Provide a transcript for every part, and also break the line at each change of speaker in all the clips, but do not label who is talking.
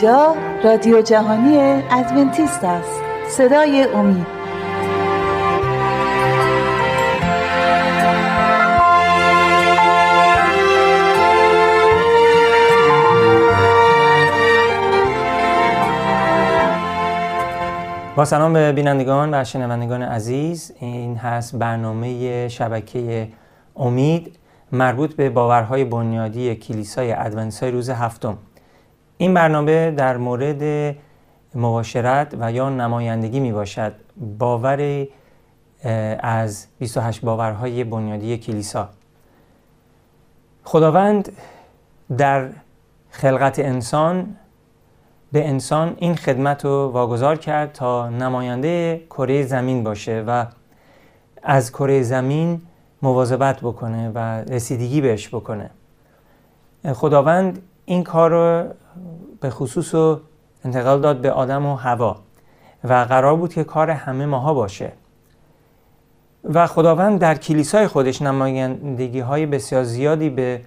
اینجا رادیو جهانی ادونتیست است، صدای امید.
با سلام به بینندگان و شنوندگان عزیز، این هست برنامه شبکه امید مربوط به باورهای بنیادی کلیسای ادونتیست‌های روز هفتم. این برنامه در مورد مباشرت و یا نمایندگی می باشد باوری از 28 باورهای بنیادی کلیسا. خداوند در خلقت انسان به انسان این خدمت رو واگذار کرد تا نماینده کره زمین باشه و از کره زمین مواظبت بکنه و رسیدگی بهش بکنه. خداوند این کار رو به خصوص رو انتقال داد به آدم و حوا و قرار بود که کار همه ماها باشه. و خداوند در کلیسای خودش نمایندگی های بسیار زیادی به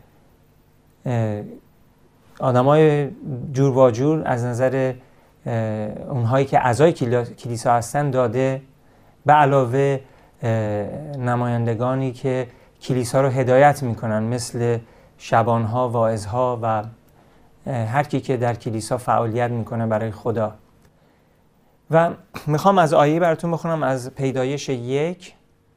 آدمای جور و جور از نظر اونهایی که اعضای کلیسا هستن داده، به علاوه نمایندگانی که کلیسا رو هدایت میکنن مثل شبانها، واعظها و هر کی که در کلیسا فعالیت میکنه برای خدا. و میخوام از آیه براتون بخونم از پیدایش 1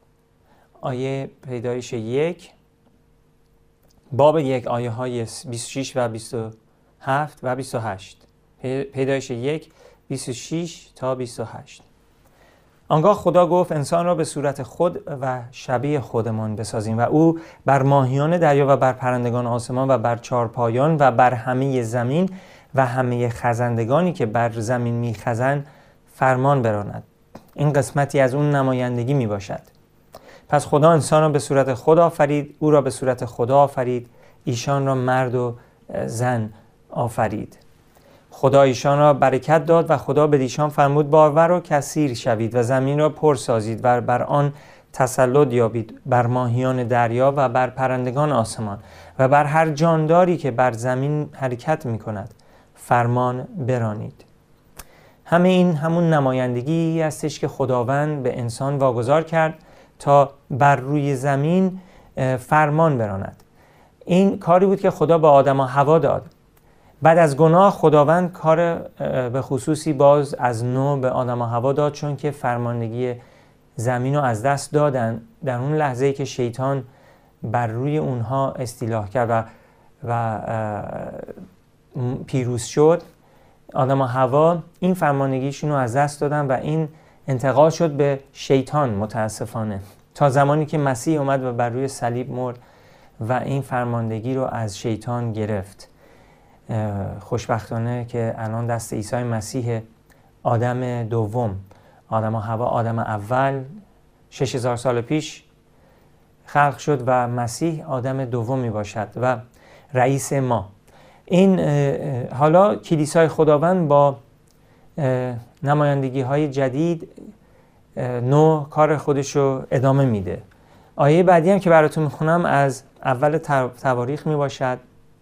باب 1 آیه های 26 و 27 و 28. پیدایش 1 26 تا 28. آنگاه خدا گفت انسان را به صورت خود و شبیه خودمان بسازیم و او بر ماهیان دریا و بر پرندگان آسمان و بر چارپایان و بر همه زمین و همه خزندگانی که بر زمین میخزند فرمان براند. این قسمتی از اون نمایندگی می باشد. پس خدا انسان را به صورت خود آفرید، او را به صورت خدا آفرید، ایشان را مرد و زن آفرید. خدا ایشان را برکت داد و خدا به ایشان فرمود بارور و کثیر شوید و زمین را پر سازید و بر آن تسلط یابید، بر ماهیان دریا و بر پرندگان آسمان و بر هر جانداری که بر زمین حرکت می کند فرمان برانید. همه این همون نمایندگی هستش که خداوند به انسان واگذار کرد تا بر روی زمین فرمان براند. این کاری بود که خدا به آدم و حوا داد. بعد از گناه خداوند کار به خصوصی باز از نو به آدم و حوا داد، چون که فرماندگی زمین رو از دست دادن در اون لحظه‌ای که شیطان بر روی اونها استیلا کرد و پیروز شد. آدم و حوا این فرماندگیشون رو از دست دادن و این انتقال شد به شیطان متاسفانه، تا زمانی که مسیح اومد و بر روی صلیب مرد و این فرماندگی رو از شیطان گرفت. خوشبختانه که الان دست عیسی مسیح، آدم دوم. آدم و حوا آدم اول 6000 سال پیش خلق شد و مسیح آدم دومی باشد و رئیس ما. این حالا کلیسای خداوند با نمایندگی های جدید نو کار خودش رو ادامه میده. آیه بعدی هم که براتون میخونم از اول تواریخ می باشد.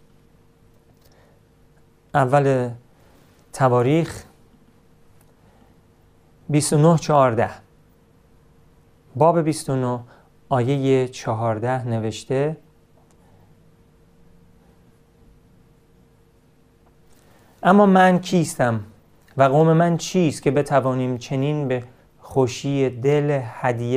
اول تواریخ 29:14. باب 29 آیه 14 نوشته: اما من کیستم و قوم من چیست که بتوانیم چنین به خوشی دل هدیه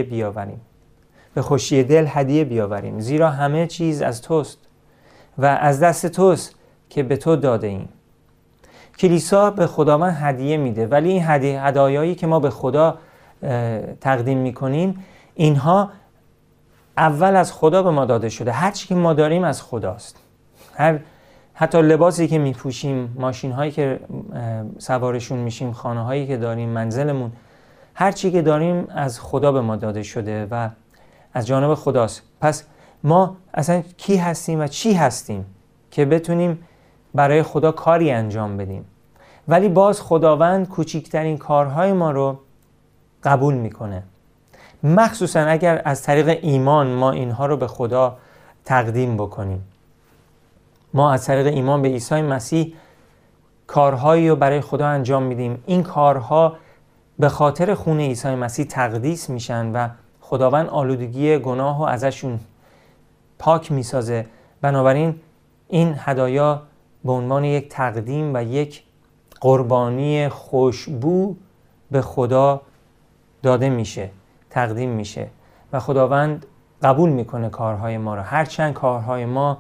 بیاوریم، زیرا همه چیز از توست و از دست توست که به تو داده ایم. کلیسا به خداوند هدیه میده، ولی این هدایایی که ما به خدا تقدیم میکنیم اینها اول از خدا به ما داده شده. هر چی که ما داریم از خداست. حتی لباسی که میپوشیم، ماشین هایی که سوارشون میشیم، خانه هایی که داریم، منزلمون، هر چی که داریم از خدا به ما داده شده و از جانب خداست. پس ما اصلا کی هستیم و چی هستیم که بتونیم برای خدا کاری انجام بدیم؟ ولی باز خداوند کوچکترین کارهای ما رو قبول میکنه، مخصوصا اگر از طریق ایمان ما اینها رو به خدا تقدیم بکنیم. ما از طریق ایمان به عیسی مسیح کارهایی رو برای خدا انجام میدیم، این کارها به خاطر خون عیسی مسیح تقدیس میشن و خداوند آلودگی گناه رو ازشون پاک میسازه. بنابراین این هدایا به عنوان یک تقدیم و یک قربانی خوشبو به خدا داده میشه، تقدیم میشه و خداوند قبول میکنه کارهای ما رو، هرچند کارهای ما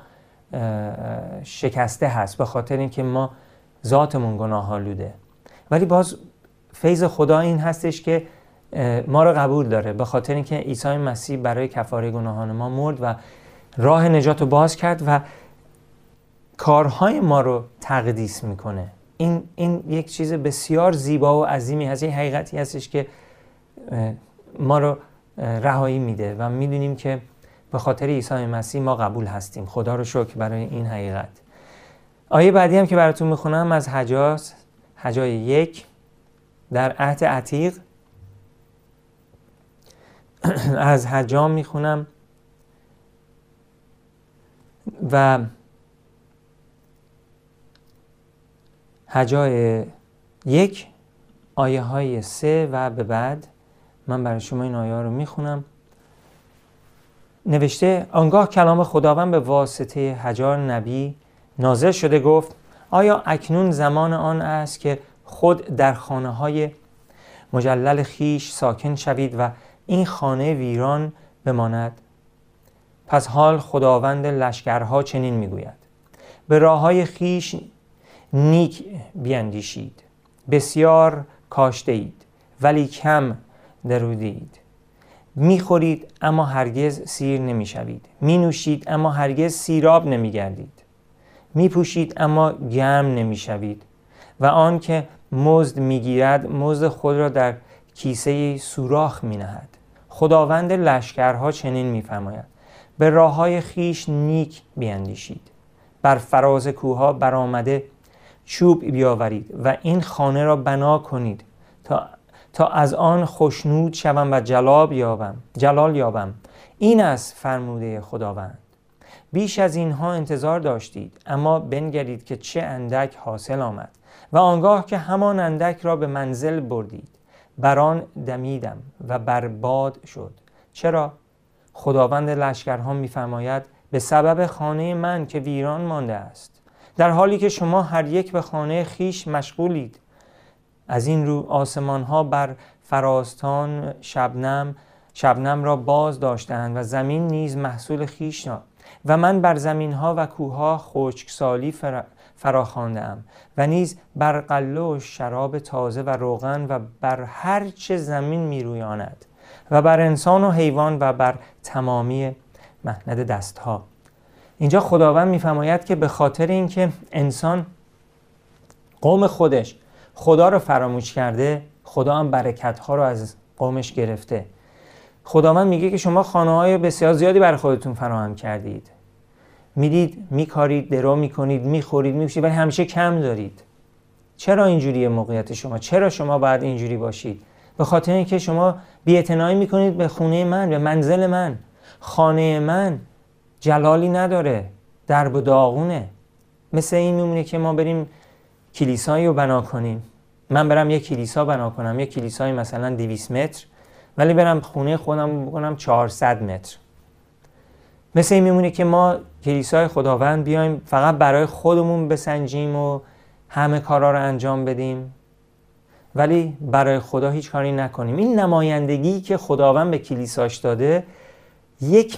شکسته هست به خاطر اینکه ما ذاتمون گناه آلوده، ولی باز فیض خدا این هستش که ما رو قبول داره به خاطر اینکه عیسی مسیح برای کفاره گناهان ما مرد و راه نجات رو باز کرد و کارهای ما رو تقدیس میکنه. این یک چیز بسیار زیبا و عظیمی هست، این حقیقتی هستش که ما رو رهایی میده و میدونیم که به خاطر عیسی مسیح ما قبول هستیم. خدا رو شکر برای این حقیقت. آیه بعدی هم که براتون میخونم از حجای 1 در عهد عتیق، از حجام میخونم و حجای 1 آیه های 3 و به بعد من برای شما این آیه ها رو میخونم. نوشته: آنگاه کلام خداوند به واسطه حجار نبی نازل شده گفت: آیا اکنون زمان آن است که خود در خانه های مجلل خیش ساکن شوید و این خانه ویران بماند؟ پس حال خداوند لشکرها چنین میگوید: به راه های خیش نیک بیندیشید، بسیار کاشته اید ولی کم درودید، میخورید اما هرگز سیر نمیشوید، می نوشید اما هرگز سیراب نمیگردید، میپوشید اما گرم نمیشوید و آن که مزد میگیرد مزد خود را در کیسه سوراخ مینهد. خداوند لشکرها چنین میفرماید: به راههای خیش نیک بیندیشید، بر فراز کوها برآمده چوب بیاورید و این خانه را بنا کنید تا از آن خوشنود شوم و جلال یابم. این است فرموده خداوند. بیش از اینها انتظار داشتید، اما بنگرید که چه اندک حاصل آمد و آنگاه که همان اندک را به منزل بردید بر آن دمیدم و برباد شد. چرا؟ خداوند لشکرها می‌فرماید: به سبب خانه من که ویران مانده است، در حالی که شما هر یک به خانه خیش مشغولید. از این رو آسمان ها بر فراستان شبنم را باز داشتند و زمین نیز محصول خیش را، و من بر زمین ها و کوه ها خشکسالی فراخواندم و نیز بر غله و شراب تازه و روغن و بر هر چه زمین میرویاند و بر انسان و حیوان و بر تمامی محنت دست ها. اینجا خداوند میفرماید که به خاطر اینکه انسان قوم خودش خدا رو فراموش کرده، خدا هم برکت ها رو از قومش گرفته. خداوند میگه که شما خانه های بسیار زیادی برای خودتون فراهم کردید، میدید، میکارید، درو میکنید، میخورید، میپوشید، ولی همیشه کم دارید. چرا اینجوریه موقعیت شما؟ چرا شما باید اینجوری باشید؟ به خاطر اینکه شما بی‌اعتنایی میکنید به خونه من، به منزل من. خانه من جلالی نداره، درب و داغونه. مثل این میمونه که ما بریم کلیسایی رو بنا کنیم. من برم یک کلیسا بنا کنم، یک کلیسای مثلا 200 متر، ولی برم خونه خودم بکنم 400 متر. مثل این میمونه که ما کلیسای خداوند بیایم فقط برای خودمون بسنجیم و همه کارا رو انجام بدیم، ولی برای خدا هیچ کاری نکنیم. این نمایندگی که خداوند به کلیساش داده یک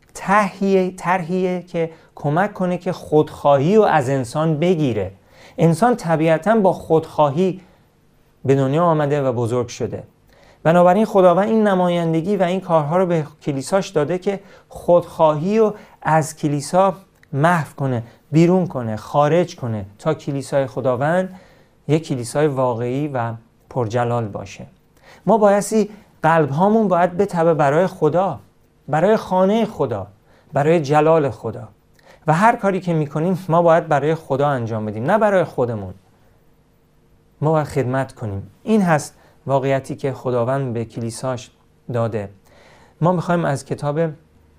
طرحیه که کمک کنه که خودخواهی رو از انسان بگیره. انسان طبیعتاً با خودخواهی به دنیا آمده و بزرگ شده. بنابراین خداوند این نمایندگی و این کارها رو به کلیساش داده که خودخواهی رو از کلیسا محو کنه، بیرون کنه، خارج کنه، تا کلیسای خداوند یک کلیسای واقعی و پرجلال باشه. ما بایستی قلب هامون باید بتبه برای خدا، برای خانه خدا، برای جلال خدا، و هر کاری که میکنیم ما باید برای خدا انجام بدیم، نه برای خودمون. ما باید خدمت کنیم. این هست واقعیتی که خداوند به کلیساش داده. ما میخوایم از کتاب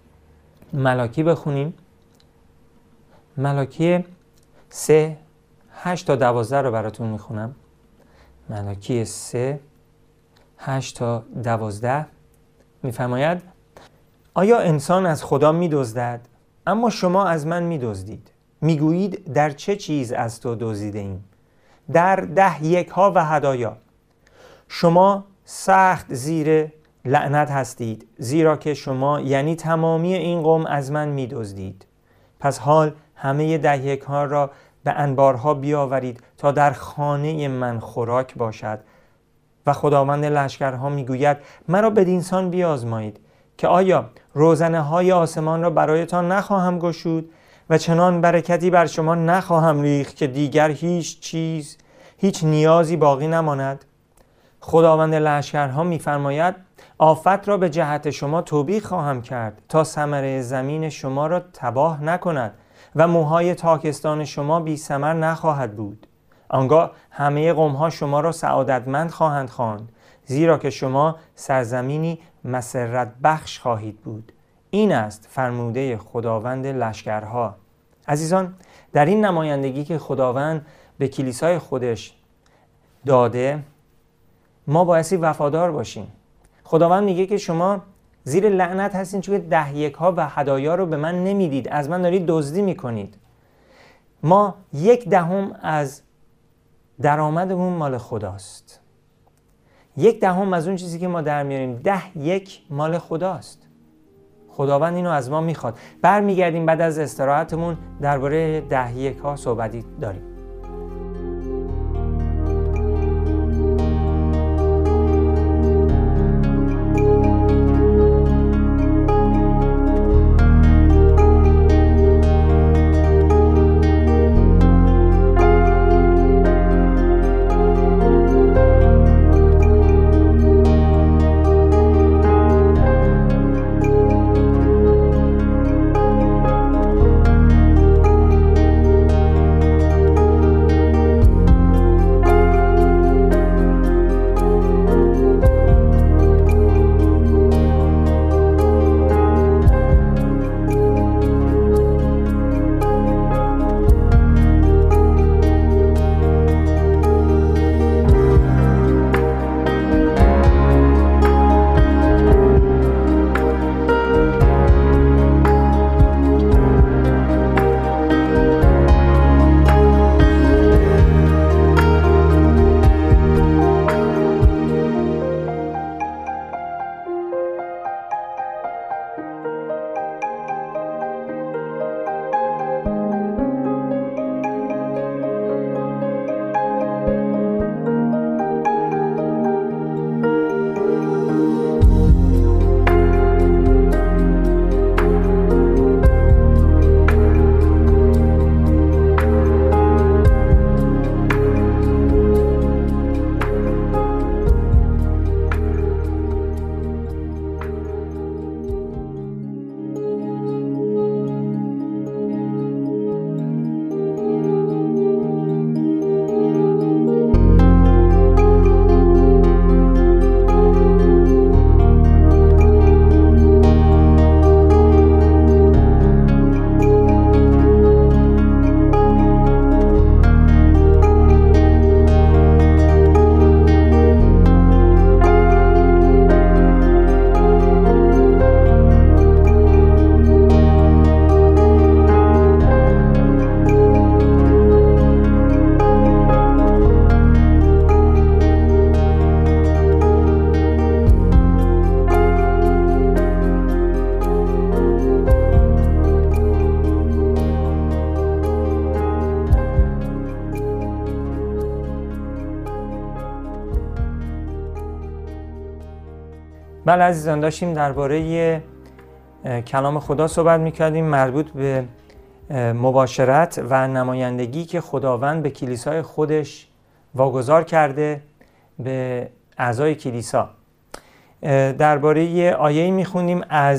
ملاکی بخونیم. ملاکی 3 8 تا 12 رو براتون میخونم. ملاکی 3 8 تا 12 میفرماید: آیا انسان از خدا می‌دزدد؟ اما شما از من می‌دزدید. میگویید در چه چیز از تو دزدیده ایم؟ در 10 یک‌ها و هدایا. شما سخت زیر لعنت هستید، زیرا که شما یعنی تمامی این قوم از من می‌دزدید. پس حال همه 10 یک‌ها را به انبارها بیاورید تا در خانه من خوراک باشد. و خداوند لشکرها میگوید: مرا بدینسان بیازمایید که آیا روزنه های آسمان را برایتان نخواهم گشود و چنان برکتی بر شما نخواهم ریخت که دیگر هیچ نیازی باقی نماند. خداوند لشکرها میفرماید: آفت را به جهت شما توبیخ خواهم کرد تا ثمره زمین شما را تباه نکند و موهای تاکستان شما بی ثمر نخواهد بود. آنگاه همه قوم‌ها شما را سعادتمند خواهند خواند، زیرا که شما سرزمینی مسرت بخش خواهید بود. این است فرموده خداوند لشکرها. عزیزان، در این نمایندگی که خداوند به کلیسای خودش داده، ما بایستی وفادار باشیم. خداوند میگه که شما زیر لعنت هستین چون 10 یک‌ها و هدایا رو به من نمیدید، از من دارید دزدی میکنید. ما 1/10 از درآمدمون مال خداست. 1/10 از اون چیزی که ما در میاریم، 10 مال خداست. خداوند اینو از ما میخواد. برمیگردیم بعد از استراحتمون درباره 10 یک‌ها صحبتی داریم. بله عزیزان، داشتیم درباره کلام خدا صحبت می‌کردیم مربوط به مباشرت و نمایندگی که خداوند به کلیسای خودش واگذار کرده به اعضای کلیسا. درباره آیه‌ای می‌خوندیم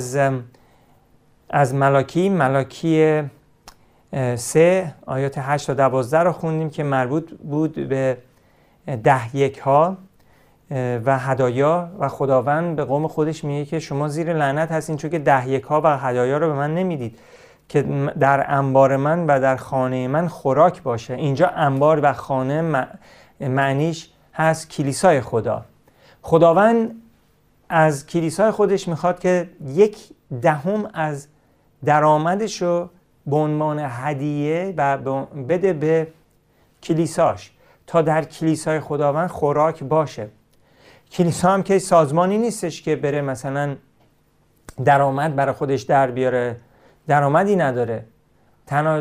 از ملاکی 3 آیات 8 تا 12 رو خوندیم که مربوط بود به 10 یک‌ها و هدایا و خداوند به قوم خودش میگه که شما زیر لعنت هستین چون که 10 یک‌ها و هدایا رو به من نمیدید. که در انبار من و در خانه من خوراک باشه. اینجا انبار و خانه معنیش هست کلیسای خدا. خداوند از کلیسای خودش میخواد که 1/10 از درآمدش رو به عنوان هدیه و بده به کلیساش تا در کلیسای خداوند خوراک باشه. کلیسا هم که سازمانی نیستش که بره مثلا درآمد برای خودش در بیاره، درآمدی نداره. تنها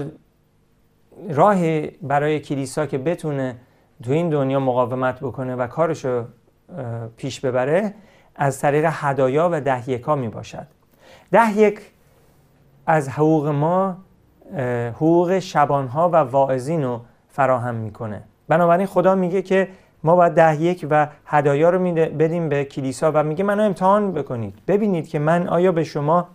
راه برای کلیسا که بتونه تو این دنیا مقاومت بکنه و کارشو پیش ببره از طریق هدایا و 10 می باشد. 10 از حقوق ما حقوق شبانها و واعظین رو فراهم میکنه. بنابراین خدا میگه که ما باید 10 و هدایا رو بدیم به کلیسا و میگه منو امتحان بکنید، ببینید که من آیا به شما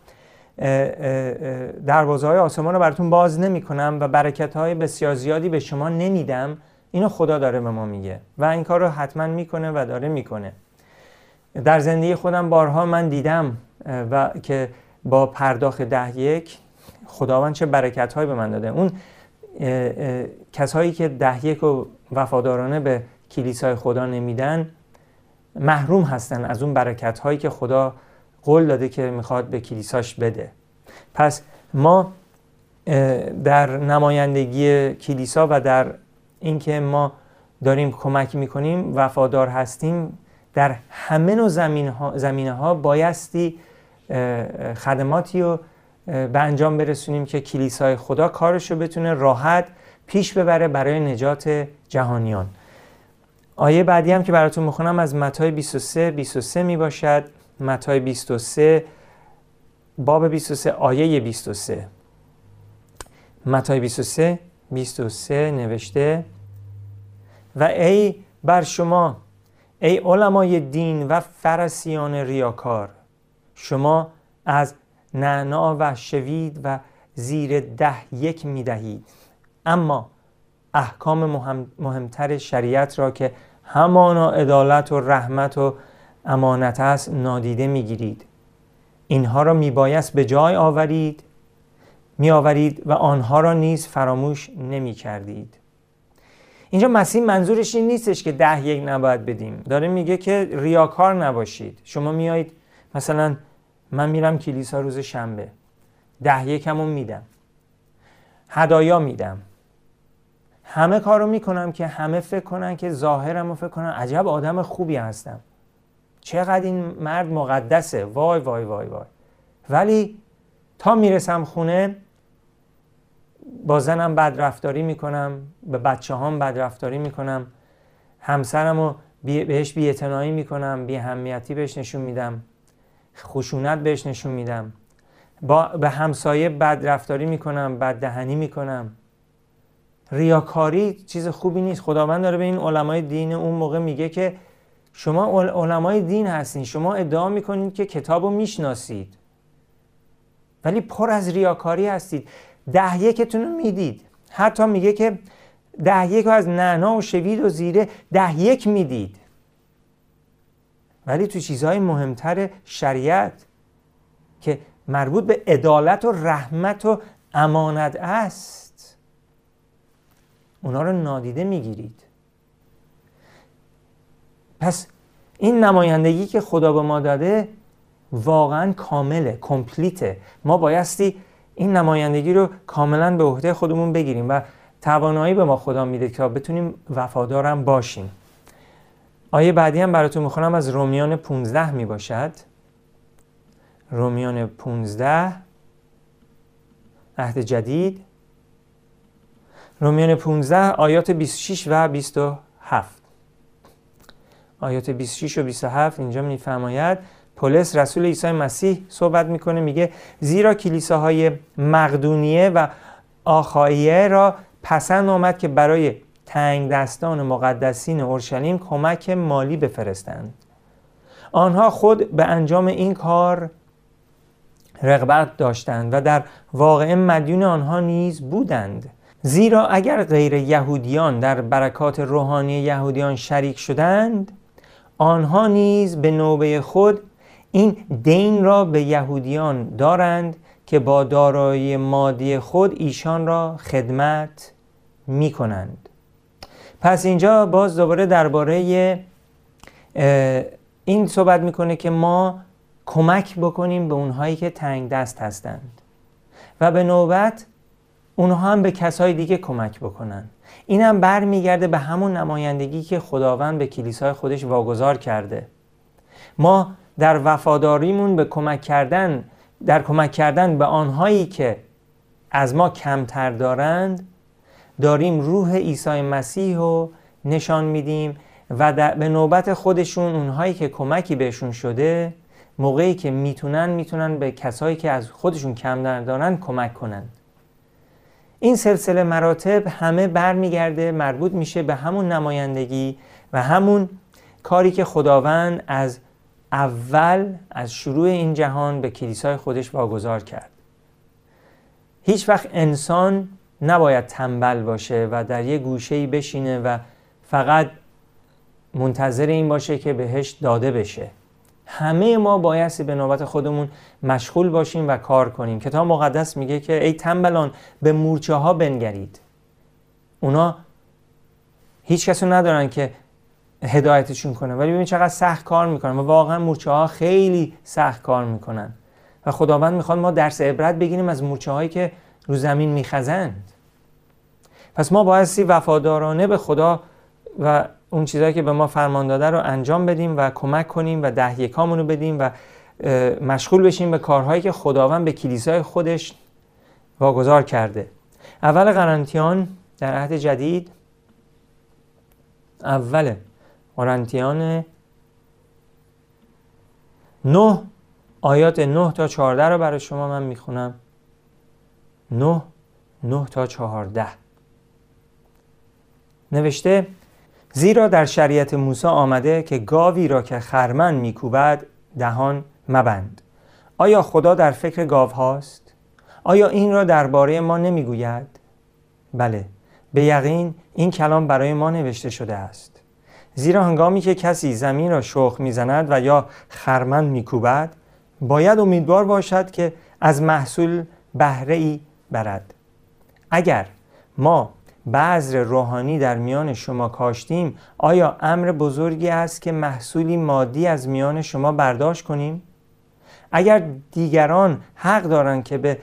دروازه‌های آسمان رو براتون باز نمی‌کنم و برکت‌های بسیار زیادی به شما نمیدم. اینو خدا داره به ما میگه و این کار رو حتما میکنه و داره میکنه. در زندگی خودم بارها من دیدم و که با پرداخت 10 خداوند چه برکت‌هایی به من داده. اون کسایی که 10 رو وفادارانه به کلیسای خدا نمیدن محروم هستن از اون برکت‌هایی که خدا قول داده که میخواد به کلیساش بده. پس ما در نمایندگی کلیسا و در اینکه ما داریم کمک میکنیم وفادار هستیم. در همه نوع زمینه ها بایستی خدماتی رو به انجام برسونیم که کلیسای خدا کارشو بتونه راحت پیش ببره برای نجات جهانیان. آیه بعدی هم که براتون میخونم از متی 23 می باشد. متی 23 باب 23 آیه 23. متی 23 نوشته و ای بر شما ای علمای دین و فرسیان ریاکار، شما از نعنا و شوید و زیر 10 می دهید، اما احکام مهمتر شریعت را که همانا عدالت و رحمت و امانت است نادیده می گیرید. اینها را می بایست به جای آورید و آنها را نیز فراموش نمی کردید. اینجا مسیح منظورش این نیستش که 10 نباید بدیم. داره میگه که ریاکار نباشید. شما میایید مثلا من میرم کلیسا روز شنبه 10 همون میدم، هدایا میدم، همه کارو میکنم که همه فکر کنن که ظاهرمو فکر کنن عجب آدم خوبی هستم، چقدر این مرد مقدسه، وای وای وای وای. ولی تا میرسم خونه با زنم بدرفتاری میکنم، به بچه هام بدرفتاری میکنم، همسرمو بهش بی‌اعتنایی میکنم، بی‌اهمیتی بهش نشون میدم، خشونت بهش نشون میدم، به همسایه بدرفتاری میکنم، بددهنی میکنم. ریاکاری چیز خوبی نیست. خداوند داره به این علمای دین اون موقع میگه که شما علمای دین هستین، شما ادعا میکنید که کتابو میشناسید ولی پر از ریاکاری هستید. 10 رو میدید، حتی میگه که 10 رو از نعنا و شوید و زیره 10 میدید، ولی تو چیزهای مهمتر شریعت که مربوط به عدالت و رحمت و امانت است اونا رو نادیده میگیرید. پس این نمایندگی که خدا به ما داده واقعا کامله، کمپلیته. ما بایستی این نمایندگی رو کاملا به عهده خودمون بگیریم و توانایی به ما خدا میده که بتونیم وفادارم باشیم. آیه بعدی هم براتون میخونم از رومیان 15 می باشد. رومیان 15 عهد جدید، رومیان 15 آیات 26 و 27. آیات 26 و 27 اینجا میفرماید پولس رسول عیسی مسیح صحبت میکنه، میگه زیرا کلیساهای مقدونیه و آخاییه را پسند آمد که برای تنگ دستان مقدسین اورشلیم کمک مالی بفرستند. آنها خود به انجام این کار رغبت داشتند و در واقع مدیون آنها نیز بودند. زیرا اگر غیر یهودیان در برکات روحانی یهودیان شریک شدند، آنها نیز به نوبه خود این دین را به یهودیان دارند که با دارایی مادی خود ایشان را خدمت می کنند. پس اینجا باز دوباره درباره این صحبت میکنه که ما کمک بکنیم به اونهایی که تنگ دست هستند و به نوبت اونها هم به کسای دیگه کمک بکنن. این هم برمیگرده به همون نمایندگی که خداوند به کلیسای خودش واگذار کرده. ما در وفاداریمون به کمک کردن به آنهایی که از ما کمتر دارند داریم روح عیسی مسیح رو نشان میدیم و به نوبت خودشون اونهایی که کمکی بهشون شده موقعی که میتونن به کسایی که از خودشون کم دارن کمک کنن. این سلسله مراتب همه برمیگرده، مربوط میشه به همون نمایندگی و همون کاری که خداوند از اول از شروع این جهان به کلیسای خودش واگذار کرد. هیچ وقت انسان نباید تنبل باشه و در یه گوشه‌ای بشینه و فقط منتظر این باشه که بهش داده بشه. همه ما بایستی به نوبت خودمون مشغول باشیم و کار کنیم. کتاب مقدس میگه که ای تنبلان به مورچه ها بنگرید. اونا هیچ کسو ندارن که هدایتشون کنه، ولی ببین چقدر سخت کار میکنن و واقعا مورچه ها خیلی سخت کار میکنن و خداوند میخواد ما درس عبرت بگیریم از مورچه هایی که رو زمین میخزند. پس ما بایستی وفادارانه به خدا و اون چیزایی که به ما فرمان داده رو انجام بدیم و کمک کنیم و ده یکامونو بدیم و مشغول بشیم به کارهایی که خداوند به کلیسای خودش واگذار کرده. اول قرنتیان در عهد جدید، اول قرنتیان 9 آیات 9 تا 14 رو برای شما من میخونم. 9 تا 14 نوشته: زیرا در شریعت موسی آمده که گاوی را که خرمن میکوبد دهان مبند. آیا خدا در فکر گاو هاست؟ آیا این را درباره ما نمیگوید؟ بله، به یقین این کلام برای ما نوشته شده است. زیرا هنگامی که کسی زمین را شخم میزند و یا خرمن میکوبد باید امیدوار باشد که از محصول بهره ای برد. اگر ما بذر روحانی در میان شما کاشتیم، آیا امر بزرگی است که محصولی مادی از میان شما برداشت کنیم؟ اگر دیگران حق دارند که به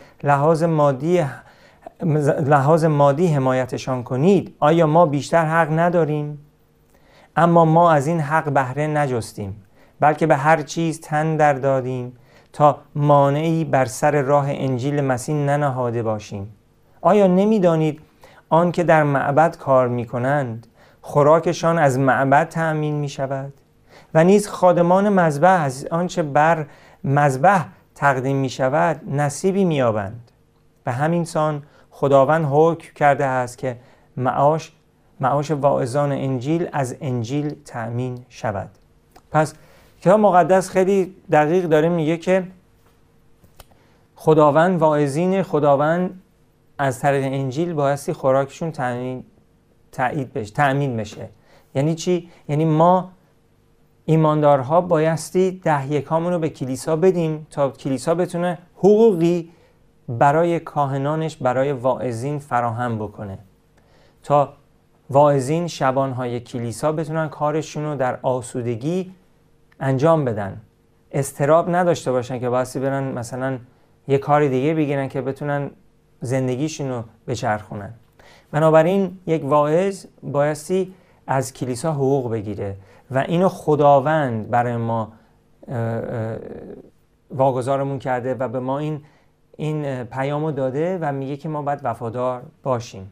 لحاظ مادی حمایتشان کنید، آیا ما بیشتر حق نداریم؟ اما ما از این حق بهره نجستیم، بلکه به هر چیز تن در دادیم تا مانعی بر سر راه انجیل مسیح ننهاده باشیم. آیا نمی‌دانید آن که در معبد کار می‌کنند خوراکشان از معبد تأمین می‌شود و نیز خادمان مذبح از آنچه بر مذبح تقدیم می‌شود نصیبی می‌یابند؟ و همین سان خداوند حکم کرده است که معاش واعظان انجیل از انجیل تأمین شود. پس کتاب مقدس خیلی دقیق داره میگه که خداوند، واعظین خداوند از طریق انجیل بایستی خوراکشون تأمین بشه. یعنی چی؟ یعنی ما ایماندارها بایستی ده یکامون رو به کلیسا بدیم تا کلیسا بتونه حقوقی برای کاهنانش، برای واعظین فراهم بکنه، تا واعظین شبانهای کلیسا بتونن کارشون رو در آسودگی انجام بدن، اضطراب نداشته باشن که بایستی برن مثلا یه کار دیگه بگیرن که بتونن زندگیشون رو بچرخونن. بنابراین یک واعظ بایستی از کلیسا حقوق بگیره و اینو خداوند برای ما واگذارمون کرده و به ما این پیامو داده و میگه که ما باید وفادار باشیم.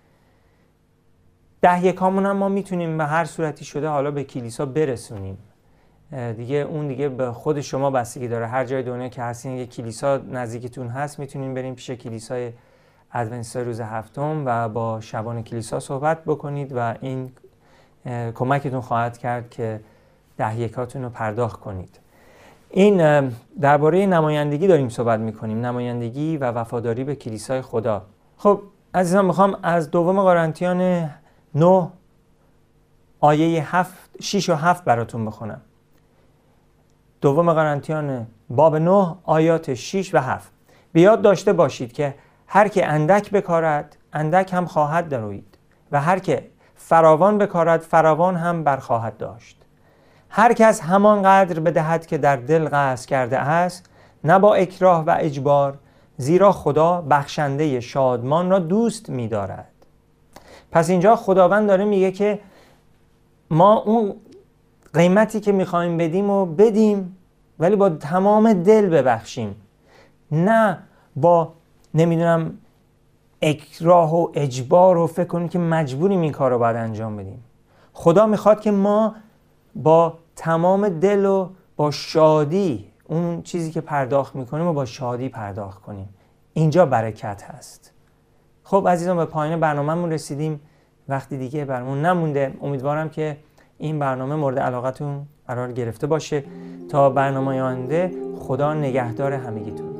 ده یکامون هم ما میتونیم به هر صورتی شده حالا به کلیسا برسونیم. دیگه به خود شما بستگی داره. هر جای دنیا که هستین یک کلیسا نزدیکتون هست میتونین بریم پیش کلیسای ادونتیستای روز هفتم و با شبان کلیسا صحبت بکنید و این کمکتون خواهد کرد که ده یکاتون رو پرداخت کنید. این درباره نمایندگی داریم صحبت میکنیم، نمایندگی و وفاداری به کلیسای خدا. خب عزیزان، میخوام از دوم قرنتیان 9 آیه 6 و 7 براتون بخونم. دوم قرنتیان باب 9 آیات 6 و 7. به یاد داشته باشید که هر که اندک بکارد اندک هم خواهد دروید و هر که فراوان بکارد فراوان هم برخواهد داشت. هر کس همان قدر بدهد که در دل قصد کرده است، نه با اکراه و اجبار، زیرا خدا بخشنده شادمان را دوست می دارد. پس اینجا خداوند داره میگه که ما اون قیمتی که میخوایم بدیم و بدیم، ولی با تمام دل ببخشیم، نه با نمیدونم اکراه و اجبار و فکر کنیم که مجبوریم این کار رو باید انجام بدیم. خدا میخواد که ما با تمام دل و با شادی اون چیزی که پرداخت میکنیم و با شادی پرداخت کنیم. اینجا برکت هست. خب عزیزان، به پایان برنامه‌مون رسیدیم. وقتی دیگه برامون نمونده. امیدوارم که این برنامه مورد علاقتون قرار گرفته باشه. تا برنامه آینده، خدا نگهدار همگیتون.